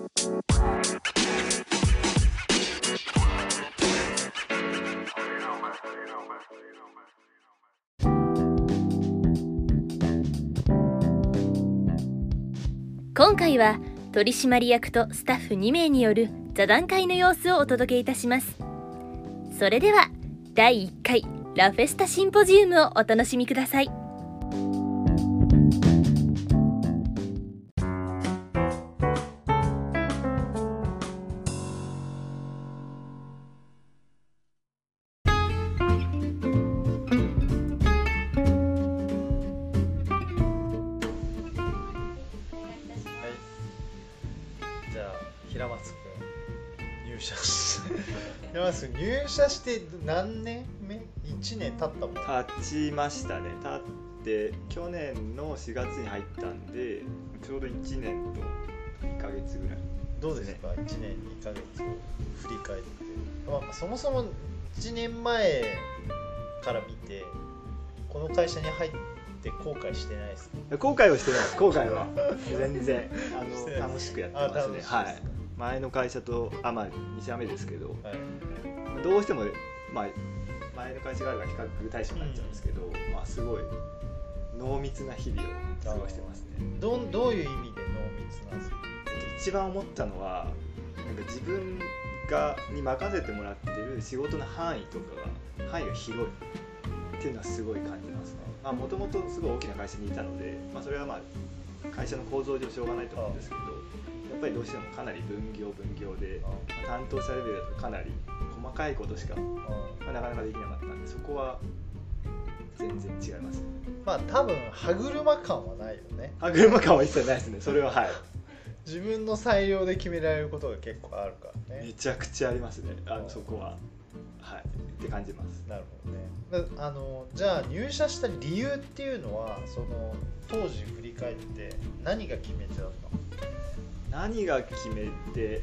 今回は取締役とスタッフ2名による座談会の様子をお届けいたします。それでは第1回ラフェスタシンポジウムをお楽しみください。 入社して何年目 ?1 年経ったもん。 経ちましたね。経って去年の4月に入ったんでちょうど1年と2ヶ月ぐらい。 どうですか、1年2ヶ月を振り返って、そもそも1年前から見てこの会社に入って後悔してないですか？ 後悔はしてないです。後悔は全然楽しくやってますね。はい。前の会社と2社目ですけど、はい、どうしても、前の会社があるから比較対象になっちゃうんですけど、すごい濃密な日々を過ごしてますね。 どういう意味で濃密なんですか？ 一番思ったのは自分に任せてもらってる仕事の範囲が広いっていうのはすごい感じますね。もともとすごい大きな会社にいたので、それは会社の構造上しょうがないと思うんですけど、やっぱりどうしてもかなり分業で、担当者レベルだとかなり細かいことしか、なかなかできなかったんで、そこは全然違いますね。 多分歯車感はないよね。 歯車感は一切ないですね。それははい。 自分の裁量で決められることが結構あるからね。 めちゃくちゃありますね。そこははいって感じます。 なるほどね。じゃあ入社した理由っていうのは、その当時振り返って何が決め手だったの？ 何が決めて、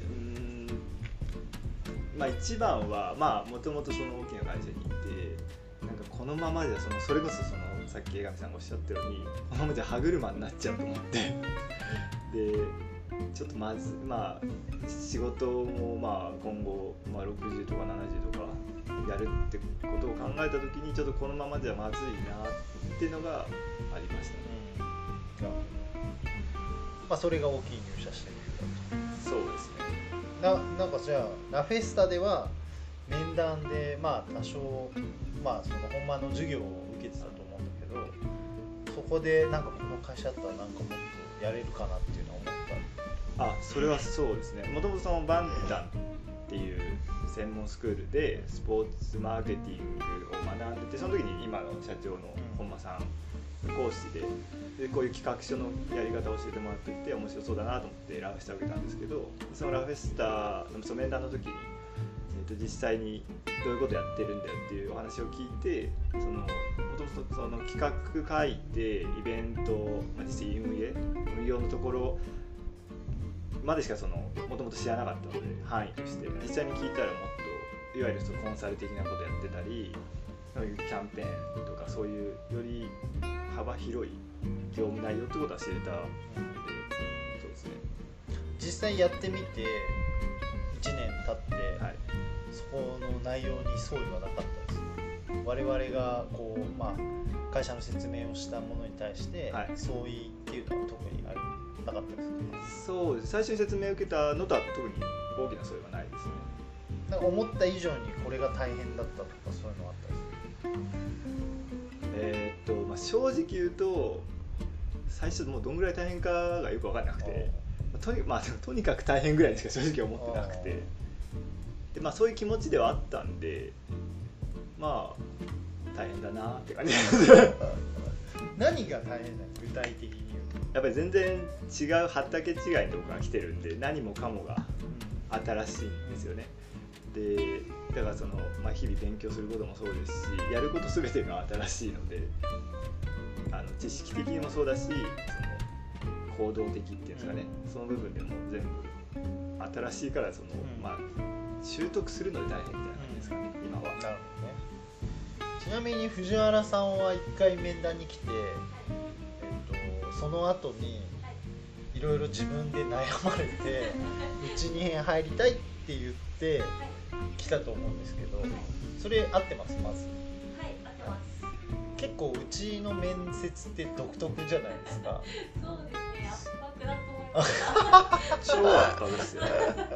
一番はもともとその大きな会社にいて、このままじゃそれこそさっき江上さんがおっしゃったようにこのままじゃ歯車になっちゃうと思ってでちょっとまず仕事も今後60とか70とかやるってことを考えた時にちょっとこのままじゃまずいなっていうのがありましたね。 それが大きい入社してる理由だと。 そうですね。 じゃあラフェスタでは面談で多少その本番の授業を受けてたと思うんだけど、そこでこの会社だったらもっとやれるかなっていうのは思った？ それはそうですね。もともとバンダンっていう専門スクールでスポーツマーケティングを学んでて、その時に今の社長の本間さん講師でこういう企画書のやり方を教えてもらっていて面白そうだなと思ってラフェスタを受けたんですけど、そのラフェスタの面談の時に、実際にどういうことやってるんだよっていうお話を聞いて、もともとその企画書いてイベント、実際運用のところまでしかもともと知らなかったので、範囲として実際に聞いたらもっといわゆるコンサル的なことやってたり、そういうキャンペーンとかそういうより幅広い業務内容ってことは知れたので、そうですね。 実際やってみて1年経って、はい、そこの内容に相違はなかったです。我々が会社の説明をしたものに対して、相違っていうのは特になかったです。 そうです。最初に説明を受けたのとは特に大きな相違はないですね。 思った以上にこれが大変だったとかそういうのはあったですか？ 正直言うと最初もうどんぐらい大変かがよく分からなくて、とにかく大変ぐらいしか正直思ってなくて、でそういう気持ちではあったんで大変だなって感じです。 何が大変なの？具体的に言うとやっぱり全然違う畑違いのとこから来てるんで、何もかもが新しいんですよね。でだから日々勉強することもそうですし、やること全てが新しいので、知識的にもそうだし、行動的っていうんですかね、その部分でも全部新しいから習得するので大変みたいな感じですかね、今は。 なるほどね。ちなみに藤原さんは1回面談に来て、その後にいろいろ自分で悩まれてちに入りたいって言って来たと思うんですけど、それ合ってます？まず。 はい、合ってます。 結構うちの面接って独特じゃないですか。 そうですね、圧迫だと思います。 超圧迫ですよね。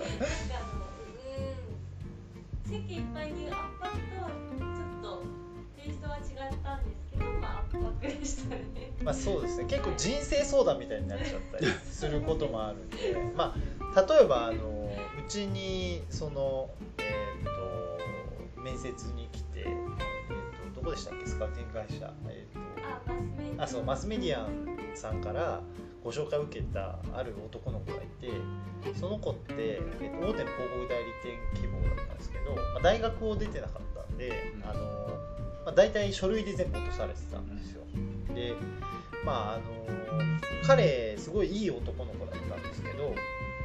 席いっぱいに圧迫とはちょっとテイストは違ったんですけど、まあ圧迫でしたね。 まあそうですね、結構人生相談みたいになっちゃったりすることもあるんで、まあ例えばうちにその面接に来て、どこでしたっけ、スカウティング会社、マスメディアンさんからご紹介を受けたある男の子がいて、その子って、大手の広告代理店希望だったんですけど、大学を出てなかったんで、大体書類で全部落とされてたんですよ。で、彼すごいいい男の子だったんですけど、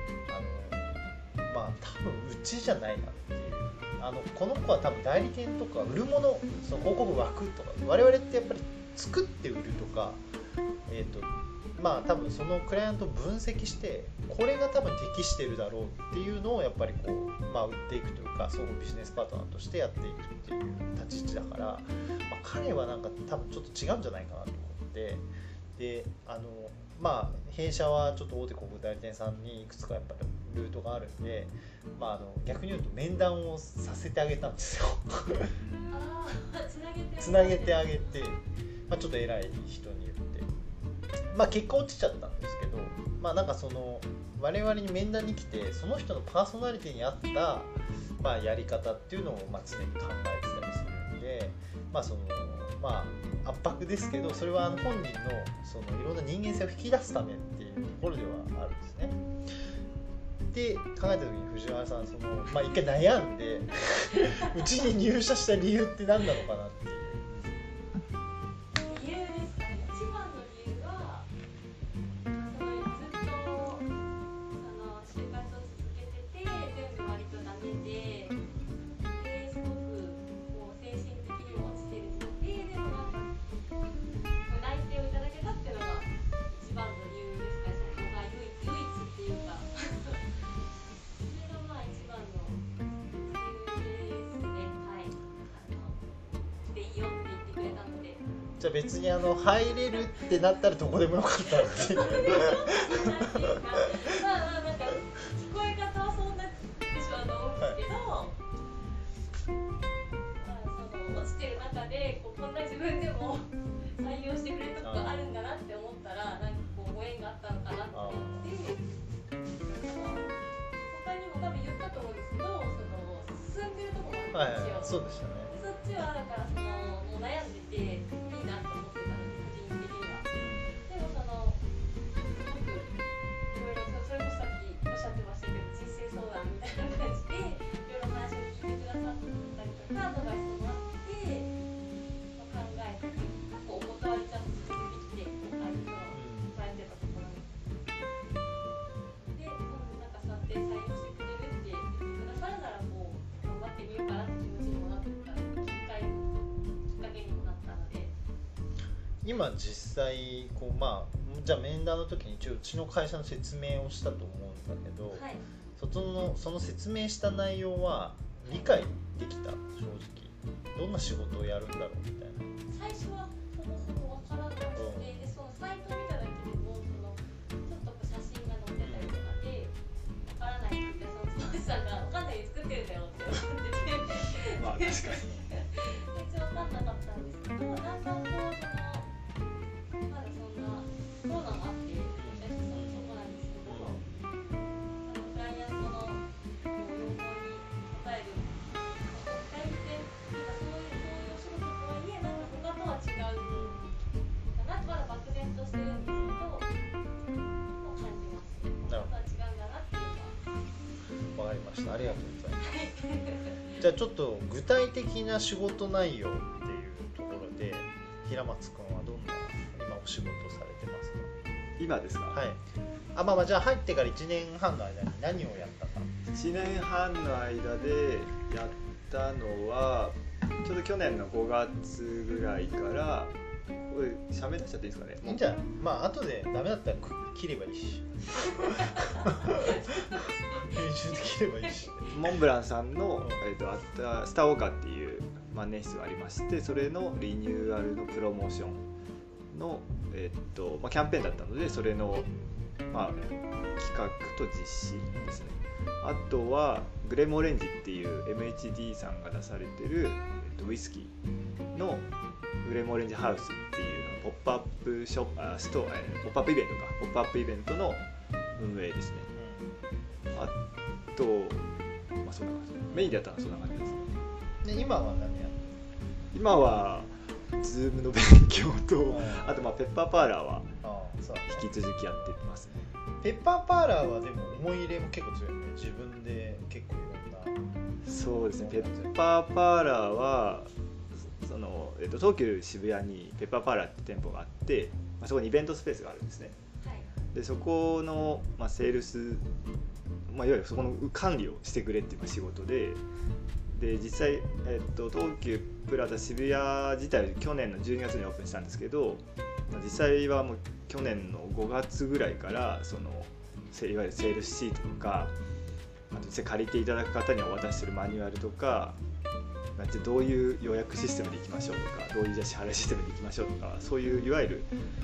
多分うちじゃないなっていう。この子は多分代理店とか売るもの、その広告枠とか、我々ってやっぱり作って売るとか、多分そのクライアントを分析してこれが多分適してるだろうっていうのをやっぱりこう、売っていくというか、相互ビジネスパートナーとしてやっていくっていう立ち位置だから、彼はなんか多分ちょっと違うんじゃないかなと思って、で弊社はちょっと大手広告代理店さんにいくつかやっぱりルートがあるんで、逆に言うと面談をさせてあげたんですよ。つなげてあげて、ちょっと偉い人に言って、結果落ちちゃったんですけど、なんかその我々に面談に来てその人のパーソナリティに合った、やり方っていうのを常に考えてたりするんで、圧迫ですけど、それは本人のそのいろんな人間性を引き出すためっていうところではあるんですね。で考えた時に藤原さん、一回悩んでうちに入社した理由って何なのかなっていう。 理由ですかね。一番の理由はずっと就活を続けてて、全部割とダメですごくこう精神的にも落ちてる人で、でもなんか内定をいただけたっていうのが一番の理由ですかね。唯一っていうかそれが一番の理由ですね。はい。でいいよって言ってくれたので。 じゃあ別に入れるってなったらどこでもよかったっていう。 なんか聞こえ方はそうなってしまうと思うんですけど、落ちてる中でこんな自分でも採用してくれるとこがあるんだなって思ったら、なんかこうご縁があったのかなって思って、他にも多分言ったと思うんですけど、進んでるとこもあるんですよ。 そうでしたね。 でそっちはだからもう悩んでていいなと思ってたんです、個人的には。でもすごくいろいろ、それこそさっきおっしゃってましたけど、人生相談みたいな感じでいろいろ話を聞いてくださったりとか、アドバイスをもらって、考えたり、お断りちゃんと自分でできて相手の捉えてたところにで、なんかそうやって採用してくれるって言ってくださるなら、こう頑張ってみようかなって気持ちにもなってた、きっかけにもなったので。 今実際こうじゃあ面談の時に一応うちの会社の説明をしたと思うんだけど、 はい、 その説明した内容は理解できた？正直どんな仕事をやるんだろうみたいな。 最初はほぼ分からなくて、でそのサイトを見ただけでもちょっと写真が載ってたりとかで分からないって言って、その坪内さんが分かんないで作ってるんだよって言ってて、 確かに全然分かんなかったんですけど、だんだんこうまだそんなコロナもあってそこなんですけど、クライアントの要望に応える代理店っていうか、そういうお仕事とはいえ、なんか他とは違うかな、まだ漠然としてるんですけど、感じます。他とは違うんだなっていうのは。 わかりました。ありがとうございます。じゃあちょっと具体的な仕事内容っていうところで、平松君はどんな今お仕事されてますか？ 今ですか？ はい。じゃあ入ってから1年半の間に何をやったか。 1年半の間でやったのは、ちょうど去年の5月ぐらいから、これ喋っちゃっていいですかね？ いいんじゃない？後でダメだったら切ればいいし。編ければいいし、 モンブランさんの、スターウォーカーっていう万年筆がありまして、それのリニューアルのプロモーションの、キャンペーンだったので、それの、企画と実施ですね。あとはグレムオレンジっていう MHD さんが出されてる、ウイスキーのグレムオレンジハウスっていうのポップアップショップポップアップイベントかポップアップイベントの運営ですね。あと、そんな感じ。メインでやったのはそんな感じですね。 で今は何やる？ 今は Zoom の勉強と、あとペッパーパーラーは引き続きやってますね。 ペッパーパーラーはでも思い入れも結構強いね。自分で結構いろんな。 そうですね。ペッパーパーラーはその、東急渋谷にペッパーパーラーって店舗があって、そこにイベントスペースがあるんですね。 はい、 でそこの、セールス、いわゆるそこの管理をしてくれっていう仕事で、実際、東急プラザ渋谷自体は去年の12月にオープンしたんですけど、実際はもう去年の5月ぐらいからそのいわゆるセールスシートとか、あと実際借りていただく方にお渡しするマニュアルとか、どういう予約システムでいきましょうとか、どういう支払いシステムでいきましょうとか、そういういわゆる、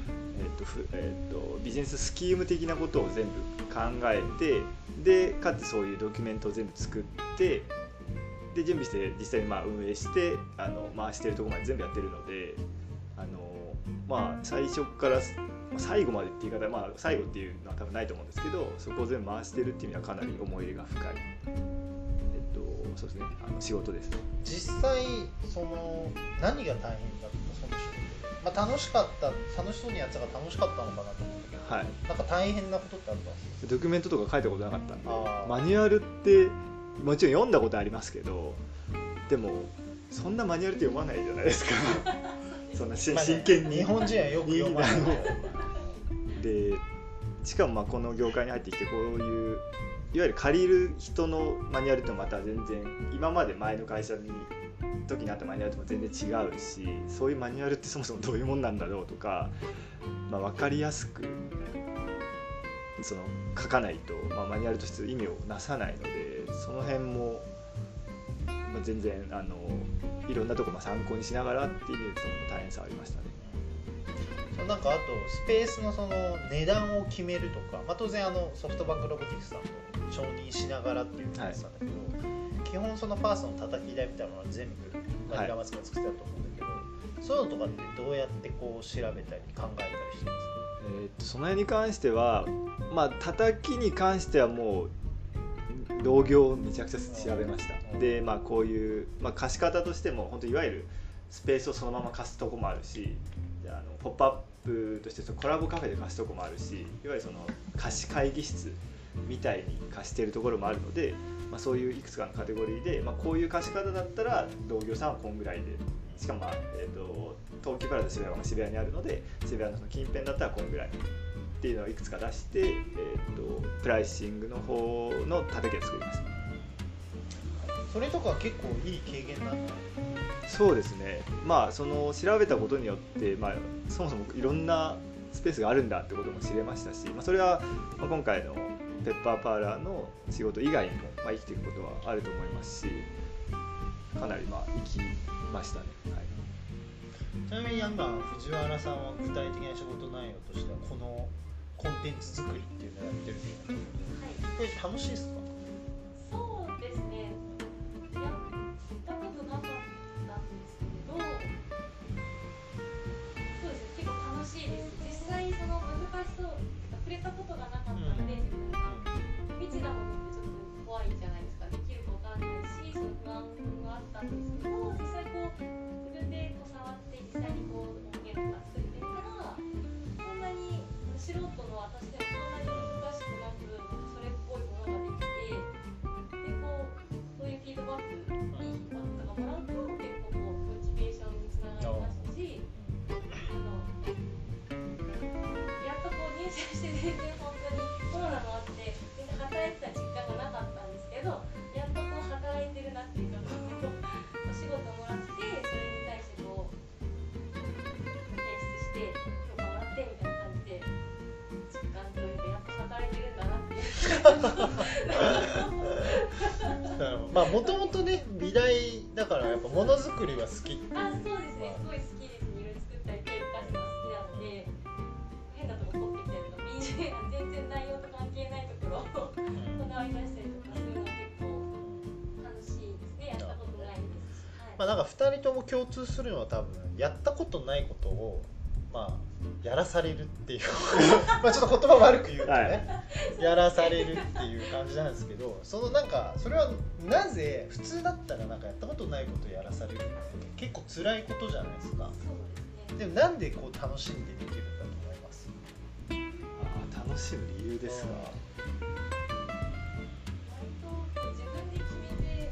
ビジネススキーム的なことを全部考えて、でかつそういうドキュメントを全部作って、で準備して実際に運営して回しているところまで全部やってるので、最初から最後までって言い方、最後っていうのは多分ないと思うんですけど、そこを全部回してるっていう意味ではかなり思い入れが深い、そうですね、仕事ですね。 実際その何が大変だったその仕事、楽しそうにやってたから楽しかったのかなと思ったけど、 はい、 なんか大変なことってあったんですか？ ドキュメントとか書いたことなかったんで、マニュアルってもちろん読んだことありますけど、でもそんなマニュアルって読まないじゃないですかそんな真剣に、 日本人はよく読まないで、しかもこの業界に入ってきてこういういわゆる借りる人のマニュアルとまた全然今まで前の会社に時にあったマニュアルとも全然違うし、そういうマニュアルってそもそもどういうもんなんだろうとか、分かりやすくその書かないと、マニュアルとして意味をなさないので、その辺も、全然いろんなところ参考にしながらっていうと大変さありましたね。 なんかあとスペースのその値段を決めるとか、当然ソフトバンクロボティクスさんと承認しながらっていうのをやってたんだけど、基本そのパースの叩き台みたいなのは全部マニラマツが作ってたと思うんだけど、そういうのとかってどうやってこう調べたり考えたりしてますか？ その辺に関しては、叩きに関してはもう同業をめちゃくちゃ調べました。で、こういう、貸し方としても本当いわゆるスペースをそのまま貸すとこもあるし、ポップアップとしてそのコラボカフェで貸すとこもあるし、いわゆるその貸し会議室みたいに貸しているところもあるので、そういういくつかのカテゴリーで、こういう貸し方だったら同業さんはこんぐらいで、しかも、東急プラザ渋谷は渋谷にあるので、渋谷のその近辺だったらこんぐらいっていうのをいくつか出して、プライシングの方の叩きを作ります。 それとか結構いい経験になった。 そうですね、その調べたことによって、そもそもいろんなスペースがあるんだってことも知れましたし、それは、今回のペッパーパーラーの仕事以外にも、生きていくことはあると思いますし、かなり生きましたね。はい、 ちなみに今藤原さんは具体的な仕事内容としてはこのコンテンツ作りっていうのをやってるということで、これ楽しいですか？ そうですね、やったことなかったんですけど、そうですね、結構楽しいです。実際その難しそう、触れたことがなかったので、自分が未知なものってちょっと怖いじゃないですか。できるか分かんないし、その不安はあったんですけど、実際自分で触って実際に音源とか作ってみたら、そんなに素人の私でもそんなに難しくなく、それっぽいものができて、でそういうフィードバック、いいフィードバックとかもらうと結構モチベーションにつながりましたし、やっと入社して全然本当にコロナもあって全然働いてた実感がなかったんですけど、やっと働いてるなっていうか、お仕事もらってそれに対して提出して評価もらってみたいな感じで実感というか、やっと働いてるんだなっていうまあもともとね美大だからやっぱものづくりは好きっていう。 あ、そうですね、すごい好きですね。いろいろ作ったり手を出すのが好きなので、変なとこ取ってきたりとか BJ 全然内容と関係ないところをこだわり出したりとかするのは結構楽しいですね。やったことないですし、はい。 まあなんか2人とも共通するのは多分やったことないことをまあやらされるっていうまあちょっと言葉悪く言うとね、はい、やらされるっていう感じなんですけど、そのなんかそれはなぜ普通だったらなんかやったことないことをやらされるって結構辛いことじゃないですか。 そうですね。 でもなんでこう楽しんでできるんだと思います？ あ、楽しむ理由ですか。 割と自分で決めて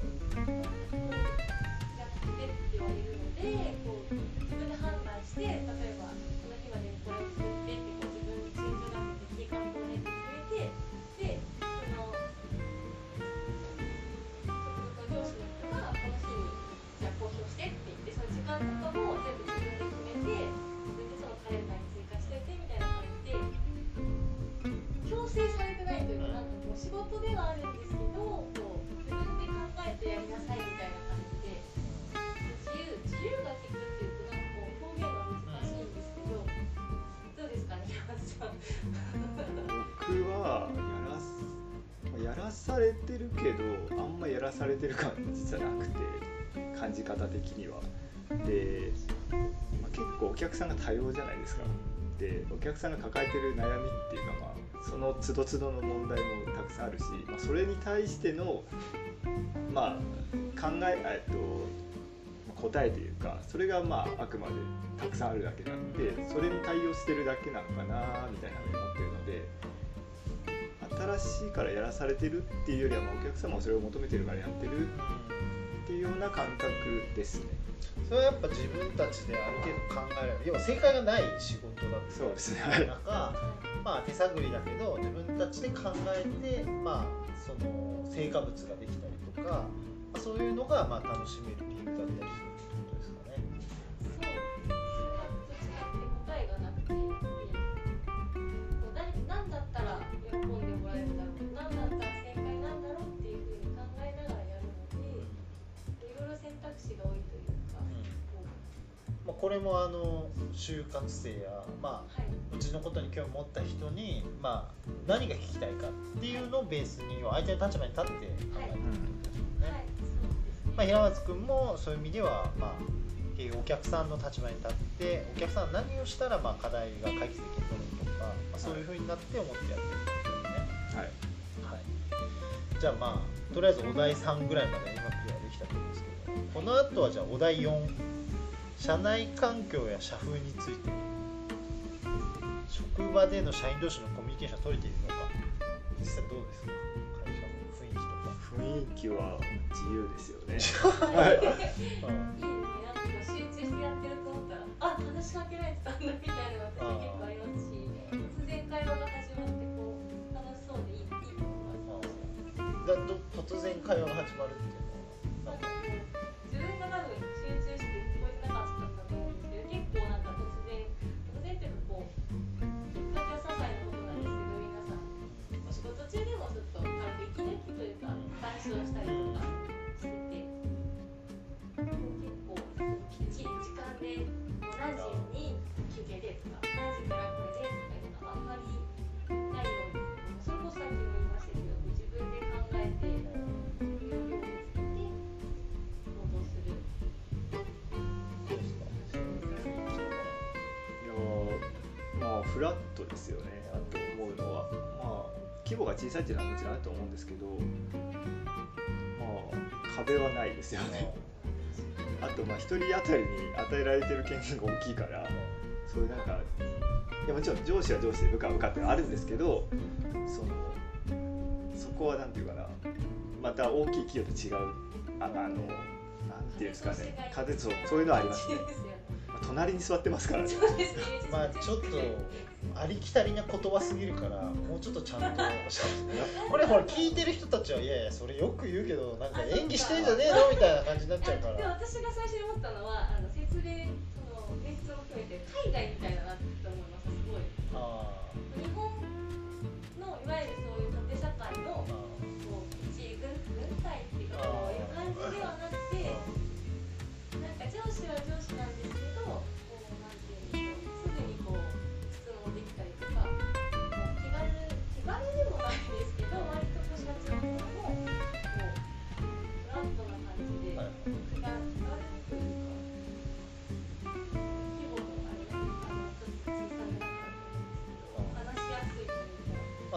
やってって言われるので、こう自分で判断して、例えばこの日までにこれを作ってってこう自分に集中なくて時間をね決めて、でその上司の人がこの日にじゃあ公表してって言って、その時間とかも全部自分で決めて、自分でそのカレンダーに追加しておいてみたいな感じで強制されてないというか、なんかこう仕事ではあるんですけど、こう自分で考えてやりなさいみたいな感じで、自由が利くっていうとなんかこう表現は難しいんですけど、どうですかね、山田さん。 僕はやらされてるけど、あんまやらされてる感実はなくて、感じ方的には。で、結構お客さんが多様じゃないですか。で、お客さんが抱えてる悩みっていうか、その都度都度の問題もたくさんあるし、それに対しての答えというか、それがあくまでたくさんあるだけなんで、それに対応してるだけなのかなみたいなふうに思ってるので、新しいからやらされてるっていうよりは、お客様はそれを求めてるからやってるっていうような感覚ですね。 それはやっぱ自分たちである程度考えられる、要は正解がない仕事だったりそうですね、 中、手探りだけど自分たちで考えて、その成果物ができたりとか、そういうのが楽しめる理由だったりするってことですかね。 そう、それはどっちかって答えがなくて、何だったら喜んでもらえるんだろう、何だったら正解なんだろうっていうふうに考えながらやるので、いろいろ選択肢が多いというか、 これも就活生や、うちのことに興味持った人に、何が聞きたいかっていうのをベースに相手の立場に立って考えてるんですよね。平松君もそういう意味では、お客さんの立場に立って、お客さんは何をしたら課題が解決できるのかとか、そういうふうになって思ってやってるんですよね。はい。じゃあとりあえずお題3ぐらいまでうまくクリアできたと思うんですけど、この後はじゃあお題4、社内環境や社風について、職場での社員同士のコミュニケーションが取れているのか、実際どうですか、会社の雰囲気とか。 雰囲気は自由ですよね。 いいですね、なんか集中してやってると思ったら、話しかけられてたんだみたいなのが結構ありますし、突然会話が始まってこう楽しそうでいいと思います。 突然会話が始まるっていうのは自分が多分集中して聞こえてなかったんだと思うんですけど、結構なんか突然っていうかこうきっかけは些細なことなんですけど、皆さんお仕事中でもちょっと軽く息抜きというか談笑したりとかしてて、結構きっちり時間で何時に休憩でとか何時からこれでとかいうのがあんまりないように、それこそさっきも言いましたけど、自分で考えて要領を見つけて行動する。 フラットですよね。あと思うのは、規模が小さいっていうのはもちろんあると思うんですけど、壁はないですよね。あと1人当たりに与えられてる権限が大きいから、そういうなんか、いやもちろん上司は上司で部下は部下ってあるんですけど、そこはなんていうかな、また大きい企業と違うなんていうんですかね、そういうのはありますね。隣に座ってますからね。 ちょっとありきたりな言葉すぎるから、もうちょっとちゃんとこれほら聞いてる人たちは、いやいやそれよく言うけどなんか演技してんじゃねえのみたいな感じになっちゃうから。 で私が最初に思ったのは、説明面接も含めて海外みたいだなって思います。すごい日本のいわゆるそういう縦社会のこう一軍隊っていうか、いわ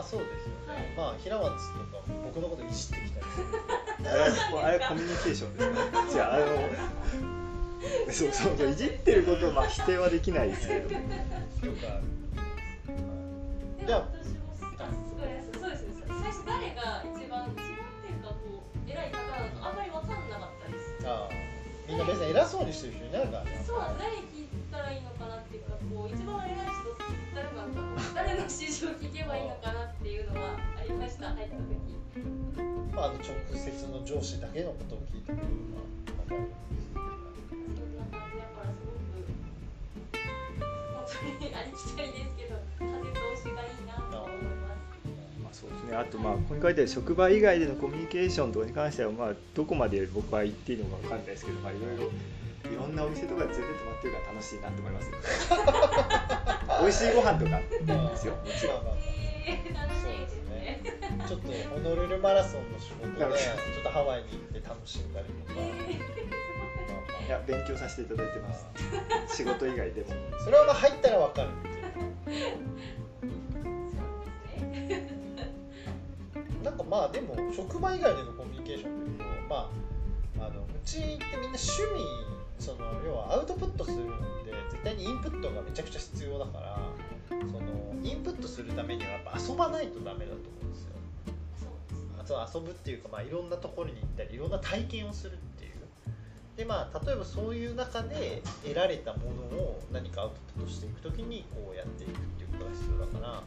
そうですよね、 はいまあ平松とか僕のこといじってきたりするあれコミュニケーションですね。違うそういじってることをまあ否定はできないですけど。 よくある。 でも私もすごいそうですね。最初誰が一番っていうかこう偉い方だとあんまり分かんなかったです。 ああ、みんな別に偉そうにしてる人いないからね。 そうなんです。誰聞いたらいいのかなっていうかこう一番偉い人誰なんだろう。誰の指示を聞けばいいのかなっていうのはありました入った時。 まあ直接の上司だけのことを聞いてくるのは分かる。 そんな感じだからすごく本当にありきたりですけど風通しがいいなと思います。 まあそうですね。あとまあここに書いてある職場以外でのコミュニケーションとかに関してはまあどこまで僕は言っていいのか分かんないですけど、まあいろんなお店とか連れてってもらってるから楽しいなと思います。美味しいご飯とかですよ。もちろん。 楽しいですね。 ちょっとホノルルマラソンの仕事でちょっとハワイに行って楽しんだりとか、 いや勉強させていただいてます。仕事以外でも。 それはまあ入ったら分かるっていう。 そうですね。 なんかまあでも職場以外でのコミュニケーションというと、まあうちってみんな趣味その要はアウトプットするので絶対にインプットがめちゃくちゃ必要だから、そのインプットするためにはやっぱ遊ばないとダメだと思うんですよ。遊ぶっていうか、まあ、いろんなところに行ったりいろんな体験をするっていうで、まあ、例えばそういう中で得られたものを何かアウトプットしていくときにこうやっていくっていうことが必要だから、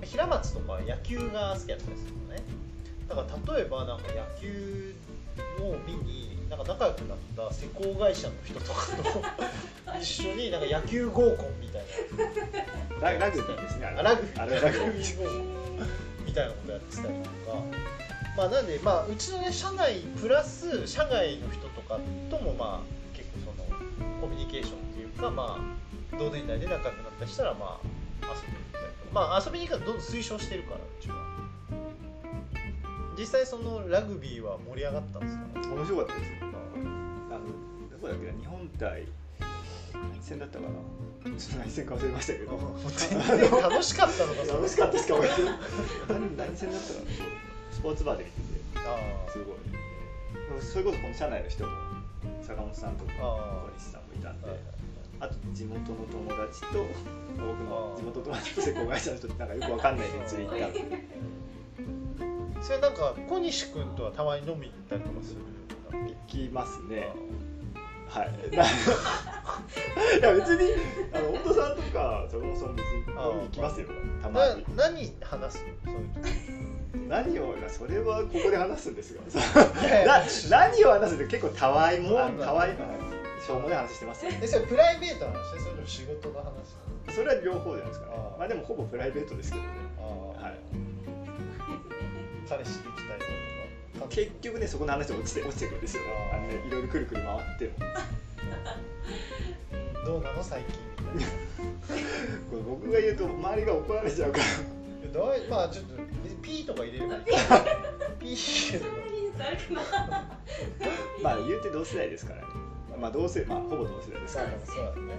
平松とかは野球が好きだったりするのね。だから例えばなんか野球を見になんか仲良くなった施工会社の人とかと一緒になんか野球合コンみたいなラグビーですね。 ラグビー合コンみたいなことやってたりとか、まあなんでまあうちのね社内プラス社外の人とかともまあ結構そのコミュニケーションっていうかまあ同年代で仲良くなったりしたらまあ遊びに行ったりとか、まあ遊びに行くのどんどん推奨してるからうちは。実際そのラグビーは盛り上がったんですか？ 面白かったですよ。どこだっけな、日本対何戦だったかな。ちょっと何戦か忘れましたけど。 楽しかったのか楽しかったですか。何戦だったかな。スポーツバーで見てて、すごい。それこそこの社内の人も坂本さんとか小西さんもいたんで、あと地元の友達と僕の地元友達と施工会社の人ってなんかよくわかんないで連れ行ったんで。 それなんか小西君とはたまに飲みに行ったりとかする？ 行きますね。はい。いや別に太田さんとか坂本さん別に飲みに行きますよ。たまに。 何話すの？そういう時。 何をそれはここで話すんですが。何を話すって結構たわいもたわいしょうもない話してますよ。 それプライベートの話？それとも仕事の話？ それは両方じゃないですかね。まあでもほぼプライベートですけどね。はい。 彼氏できたよとか結局ねそこの話落ちてくるんですよ。いろいろくるくる回ってもどうなの最近みたいなこれ僕が言うと周りが怒られちゃうからまあちょっとピーとか入れればいいピー入れればまあ言うて同世代ですからね。まあほぼ同世代ですからね。 そうだね。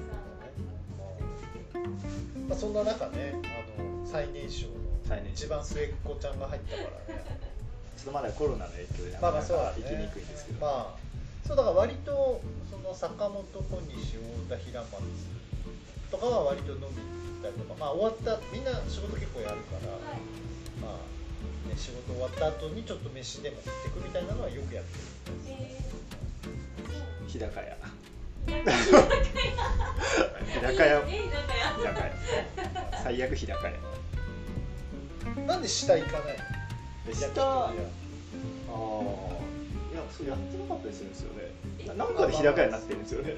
まあそんな中ね最年少の一番末っ子ちゃんが入ったからね。 ちょっとまだコロナの影響でなまあかなか行きにくいんですけど。 まあそうだから割とその坂本小西太田平松とかは割と飲みに行ったりとか、まあ終わったみんな仕事結構やるから、まあね仕事終わった後にちょっと飯でも食ってくみたいなのはよくやってるみたいです。 日高屋。日高屋。最悪日高屋。 なんで下行かないの？ 下いやそうやってなかったりするんですよね。なんかで日高屋になってるんですよね。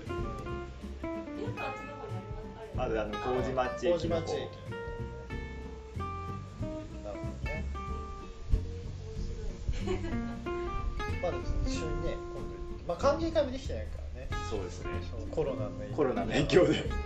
ある麹町駅の方。なるほどね。まあ一緒にね今度まあ歓迎会もできてないからね。 そうですね。 コロナの影響で。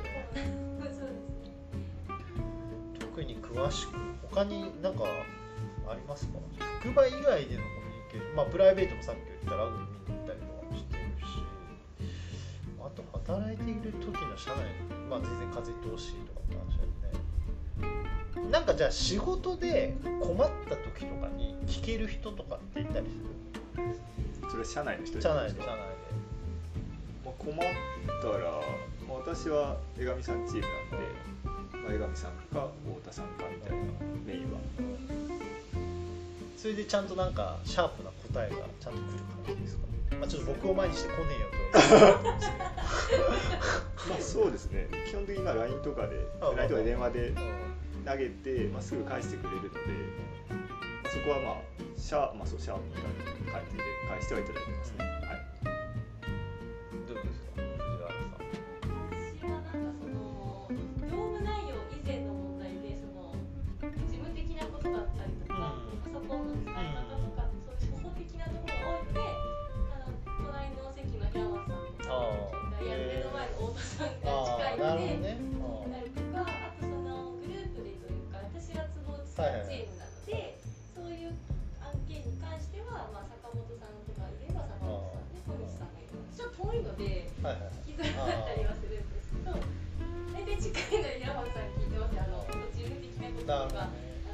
特に詳しく他に何かありますか？職場以外でのコミュニケーション、まあプライベートもさっき言ったラグビー見に行ったりとかもしてるし、あと働いている時の社内、まあ全然風通しとかって話だよね。 なんかじゃあ仕事で困った時とかに聞ける人とかっていたりする？ それは社内の人社内で。 まあ、困ったら、まあ、私は江上さんチームなんで、まあ、江上さんか太田さんかみたいなメインは。 それでちゃんとなんかシャープな答えがちゃんと来る感じですか？まあ、ちょっと僕を前にして来ねえよとは言ってるんですけどまあそうですね、基本的にLINE とかで電話で投げて、まあ、すぐ返してくれるので、まあ、そこはまあシャープみたいな感じで返してはいただいてますね。はい。 どうですか、藤原さん？ 私はなんかその業務内容以前の問題で、その事務的なことだったりとか、パソコンの使い方とか、そういう初歩的なところが多くて、隣の席の平松さんとかや目の前の太田さんが近いので、なるとか、あとそのグループでというか、私が坪内さんチームなので、そういう案件に関しては、まあ、坂本さんとかいれば坂本さんで、小西さんがいれば、ちょっと遠いので聞きづらかったりはするんですけど、大体近いので平松さん聞いてます。事務的なこととか、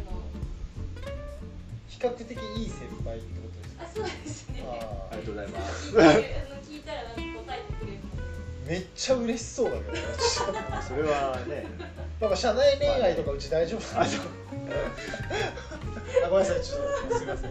比較的いい先輩ってことですか？ あ、そうですね。 ありがとうございます。 聞いたらなんか答えてくれる。 めっちゃ嬉しそうだけどねそれはね、 なんか社内恋愛とかうち大丈夫なんですか？あ、ごめんなさい、ちょっとすみません。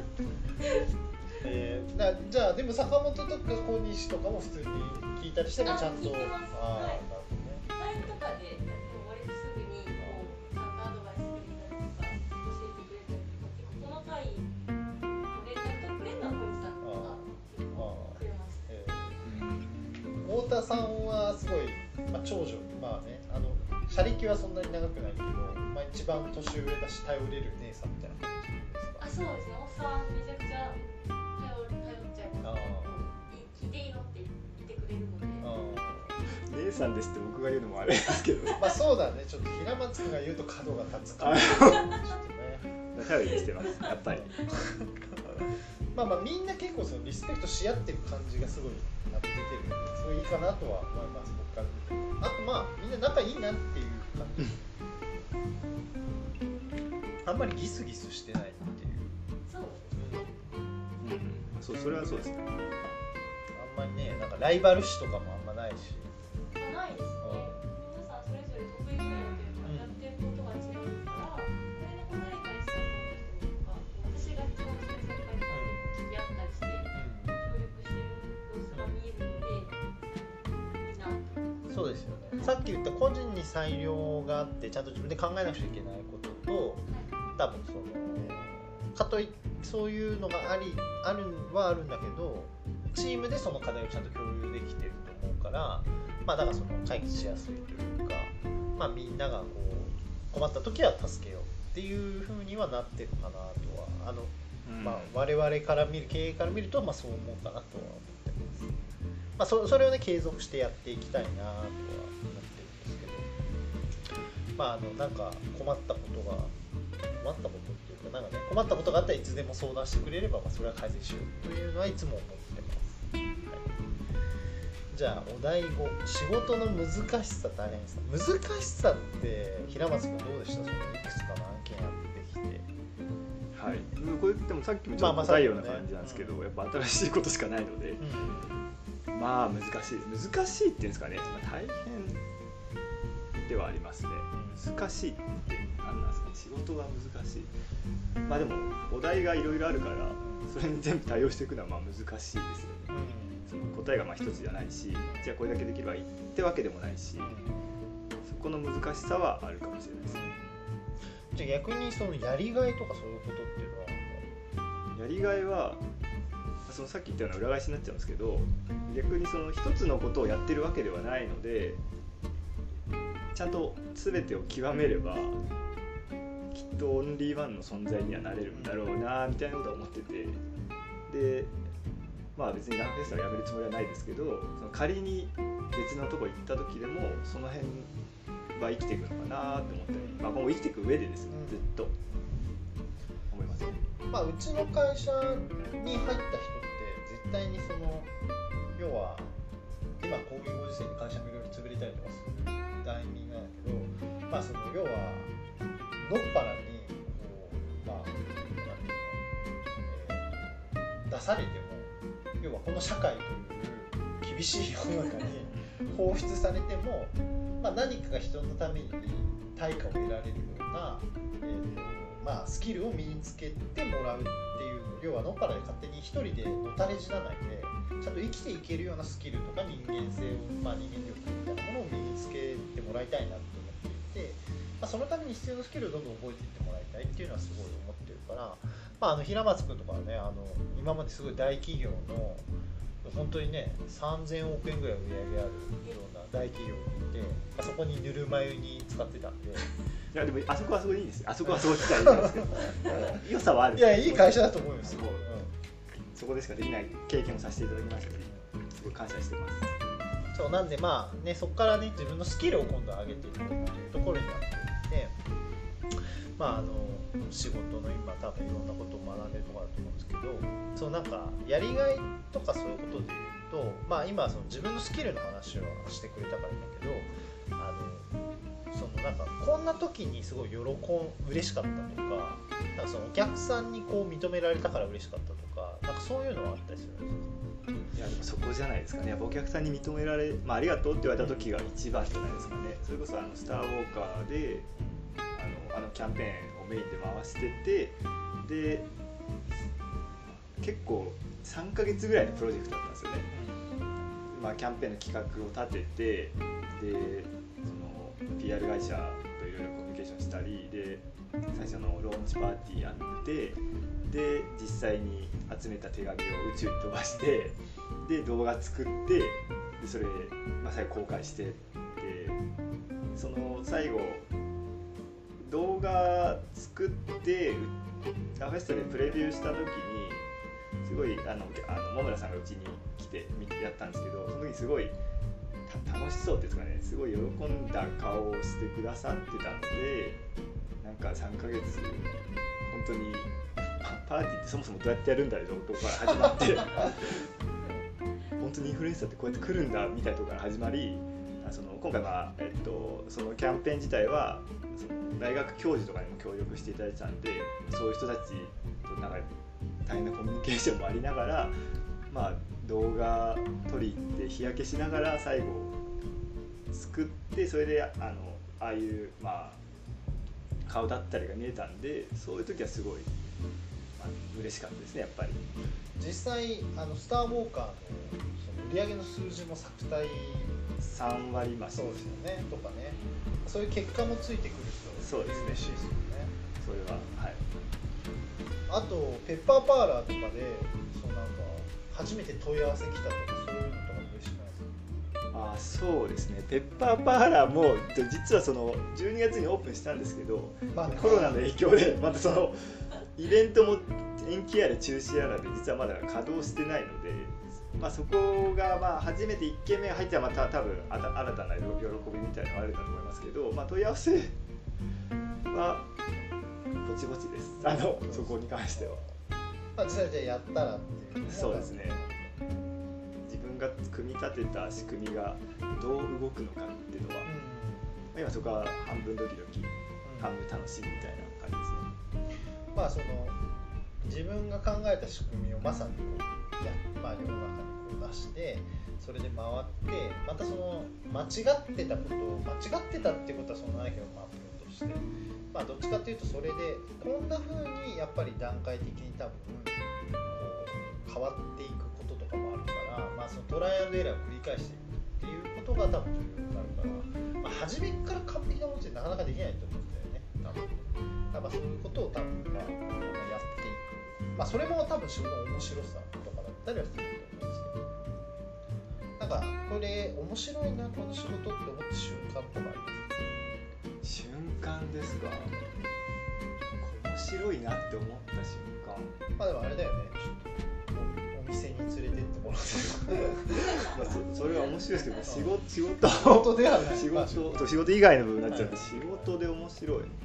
じゃあでも坂本とか小西とかも普通に聞いたりしてもちゃんと。 聞いてます。はい。 なるほどね。 LINE とかで割とすぐにこうなんかアドバイスくれたりとか教えてくれたりとか、結構細かい連絡をくれるのは小西さんとか結構くれます。 太田さんはすごい、まあ、長女、まあね、車歴はそんなに長くないけど、まあ、一番年上だし頼れる姉さんみたいな感じですか？ あ、そうですね。おっさんめちゃくちゃ頼っちゃいます。聞いていいのって言ってくれるので。 姉さんですって僕が言うのもあれですけどまあそうだね、ちょっと平松君が言うと角が立つからちょっとね頼りにしてます、やっぱりまあまあみんな結構そのリスペクトし合ってる感じがすごい出てるので、すごいいいかなとは思います、僕から見て。あとまあみんな仲いいなっていう感じあんまりギスギスしてないっていう。 そうですね。 そう、それはそうですね。 あんまりね、なんかライバル視とかもあんまないし。 ないですね。皆さんそれぞれ得意分野というか、やってることが違うから、これで離れたりしたらこの人とか、私が一番下に先輩とか聞き合ったりして協力してる様子が見えるので、いいなと。 そうですよね。さっき言った個人に裁量があってちゃんと自分で考えなくちゃいけないことと、多分そのかといそういうのがあるはあるんだけど、チームでその課題をちゃんと共有できてると思うから、まあだからその解決しやすいというか、まあみんながこう困った時は助けようっていう風にはなってるかなとは、まあ我々から見る、経営から見るとまあそう思うかなとは思ってます。まあそれをね継続してやっていきたいなとは思ってるんですけど、まあなんか困ったことっていうか、なんかね、困ったことがあったらいつでも相談してくれれば、まあ、それは改善しようというのはいつも思ってます、はい、じゃあお題5、仕事の難しさ大変さ。難しさって平松君どうでした？そのいくつかの案件やってきて。 はい、これでもさっきもちょっと答えような感じなんですけど、やっぱ新しいことしかないので、まあ難しいっていうんですかね、まあ、大変ではありますね。難しいって何なんですかね、仕事が難しい。まあでもお題がいろいろあるからそれに全部対応していくのはまあ難しいですよね。その答えがまあ一つじゃないし、じゃあこれだけできればいいってわけでもないし、そこの難しさはあるかもしれないですね。 じゃあ逆にそのやりがいとかそういうことっていうのは？ やりがいはそのさっき言ったような裏返しになっちゃうんですけど、逆にその一つのことをやってるわけではないので、ちゃんと全てを極めればきっとオンリーワンの存在にはなれるんだろうなみたいなことは思ってて、でまあ別にランフェスタをやめるつもりはないですけど、その仮に別のとこ行った時でもその辺は生きていくのかなって思ったり、まあもう生きていく上でですね、ずっと思いますね。 まあうちの会社に入った人って絶対にその要は今こういうご時世で会社もいろいろ潰れたりとかするタイミングなんだけど、まあその要はっぱらにこう、まあなんていうの、出されても、要はこの社会という厳しい世の中に放出されても、まあ、何かが人のために対価を得られるような、まあ、スキルを身につけてもらうっていう、要はのっぱらで勝手に一人でのたれ死なないでちゃんと生きていけるようなスキルとか人間性を、まあ、人間力みたいなものを身につけてもらいたいなと思っていて、まあ、そのために必要なスキルをどんどん覚えていってもらいたいっていうのはすごい思ってるから、まあ、平松君とかはね、今まですごい大企業の本当にね3000億円ぐらい売り上げあるような大企業にいて、あそこにぬるま湯に使ってたんで、 いやでもあそこはそこでいいんですよ。あそこはそうしたらいいんですけど良さはある。 いやいい会社だと思うんですよ、 そこでしかできない経験をさせていただきましたので、すごい感謝してます。 そうなんでまあね、そこからね自分のスキルを今度上げていくっていうところになっていって、まあ仕事の今多分いろんなことを学んでるところだと思うんですけど、そうなんかやりがいとかそういうことで言うと、まあ今その自分のスキルの話をしてくれたからだけど、そのなんかこんな時にすごい嬉しかったとか、なんかそのお客さんにこう認められたから嬉しかったとか、なんかそういうのはあったりするんですか？ いやでもそこじゃないですかね。やっぱお客さんに認められ、まあ、ありがとうって言われた時が一番じゃないですかね。それこそスターウォーカーでキャンペーンをメインで回してて、で結構3ヶ月ぐらいのプロジェクトだったんですよね。まあ、キャンペーンの企画を立てて、でその PR 会社といろいろコミュニケーションしたりで、最初のローンチパーティーやって、で実際に集めた手紙を宇宙に飛ばして、で動画作って、でそれ、まあ、最後公開して、でその最後動画作ってラフェストでプレビューした時にすごい桃村さんがうちに来てやったんですけど、その時すごい楽しそうですかね、すごい喜んだ顔をしてくださってたので、なんか3ヶ月本当にパーティーってそもそもどうやってやるんだろうとこから始まって本当にインフルエンサーってこうやって来るんだみたいなところから始まり、今回は、そのキャンペーン自体はその大学教授とかにも協力していただいてたんで、そういう人たちとなんか大変なコミュニケーションもありながら、まあ、動画撮り行って日焼けしながら最後作って、それでああいう、まあ、顔だったりが見えたんで、そういう時はすごい嬉しかったですね、やっぱり。 実際スターウォーカーの売り上げの数字も作体 3割増しそうですよねとかね、そういう結果もついてくるとそうですね、 嬉しいですよね。 それははい。 あとペッパーパーラーとかでなんか初めて問い合わせ来たとか、そういうのとか嬉しくないですか？ そうですね、ペッパーパーラーも実はその12月にオープンしたんですけど、まあね、コロナの影響でまたそのイベントも延期やら中止やらで実はまだ稼働してないので、まあ、そこがまあ初めて1件目が入ってはまた多分新たな喜びみたいなのがあるんだと思いますけど、まあ、問い合わせはぼちぼちです、そこに関しては。 まあ、実際じゃあやったらっていう。 そうですね、自分が組み立てた仕組みがどう動くのかっていうのは、今そこは半分ドキドキ、半分楽しみみたいな感じですね。 まあその自分が考えた仕組みをまさにまあ、世の中にこう出して、それで回って、またその間違ってたっていうことはそんなないけど、まあプロとして、まあどっちかっていうとそれでこんな風にやっぱり段階的に多分こう変わっていくこととかもあるから、まあそのトライアンドエラーを繰り返していくっていうことが多分重要になるから、まあ、初めから完璧なものってなかなかできないと思うんだよね。多分そういうことを多分やっていく、まあそれも多分仕事の面白さとかだったりはすると思うんですけど、なんかこれ面白いなこの仕事って思った瞬間とかあります？ 瞬間ですか。面白いなって思った瞬間。 まあでもあれだよね。お店に連れてってもらってまあそれは面白いですけど、仕事ではない。 仕事以外の部分になっちゃって、仕事で面白い。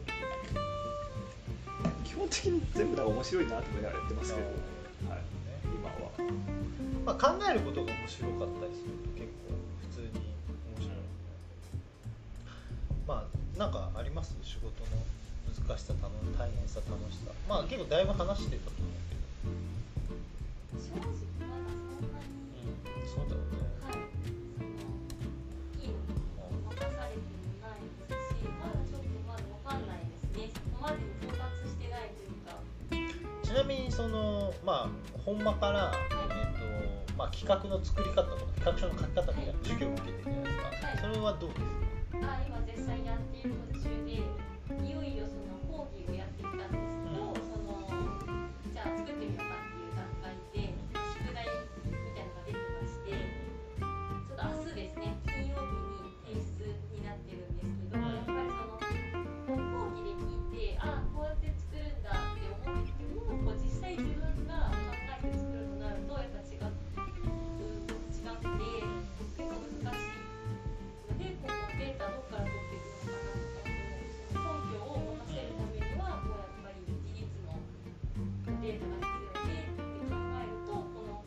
基本的に全部が面白いなと思いながらやってますけど、はい、今は。 まあ考えることが面白かったりすると結構普通に面白い。まあなんかあります？仕事の難しさ、大変さ、楽しさ、まあ結構だいぶ話してたと思う正直まだそんなに、 けど、そうだろうね。 はい、いいの任されてもないですし、まだちょっとまだわかんないですね。そこまでに到達してないというか。 ちなみにそのまあ本間から、まあ、企画の作り方とか企画書の書き方みたいな授業を受けてるじゃないですか、 はい、 それはどうですか？ 今絶賛やっている途中で、いよいよその講義をやってきたんですけど、そのじゃあ作ってみようかっていう段階で宿題みたいなのが出てまして、ちょっと明日ですね、金曜日に提出になってるんですけど、やっぱりその講義で聞いて、こうやって作るんだって思ってても、こう実際自分が考えて作るとなるとやっぱ違くて結構難しいので、こうデータどこから取っていくのかなとか、その根拠を持たせるためにはこうやっぱり事実のデータが必要でって考えると、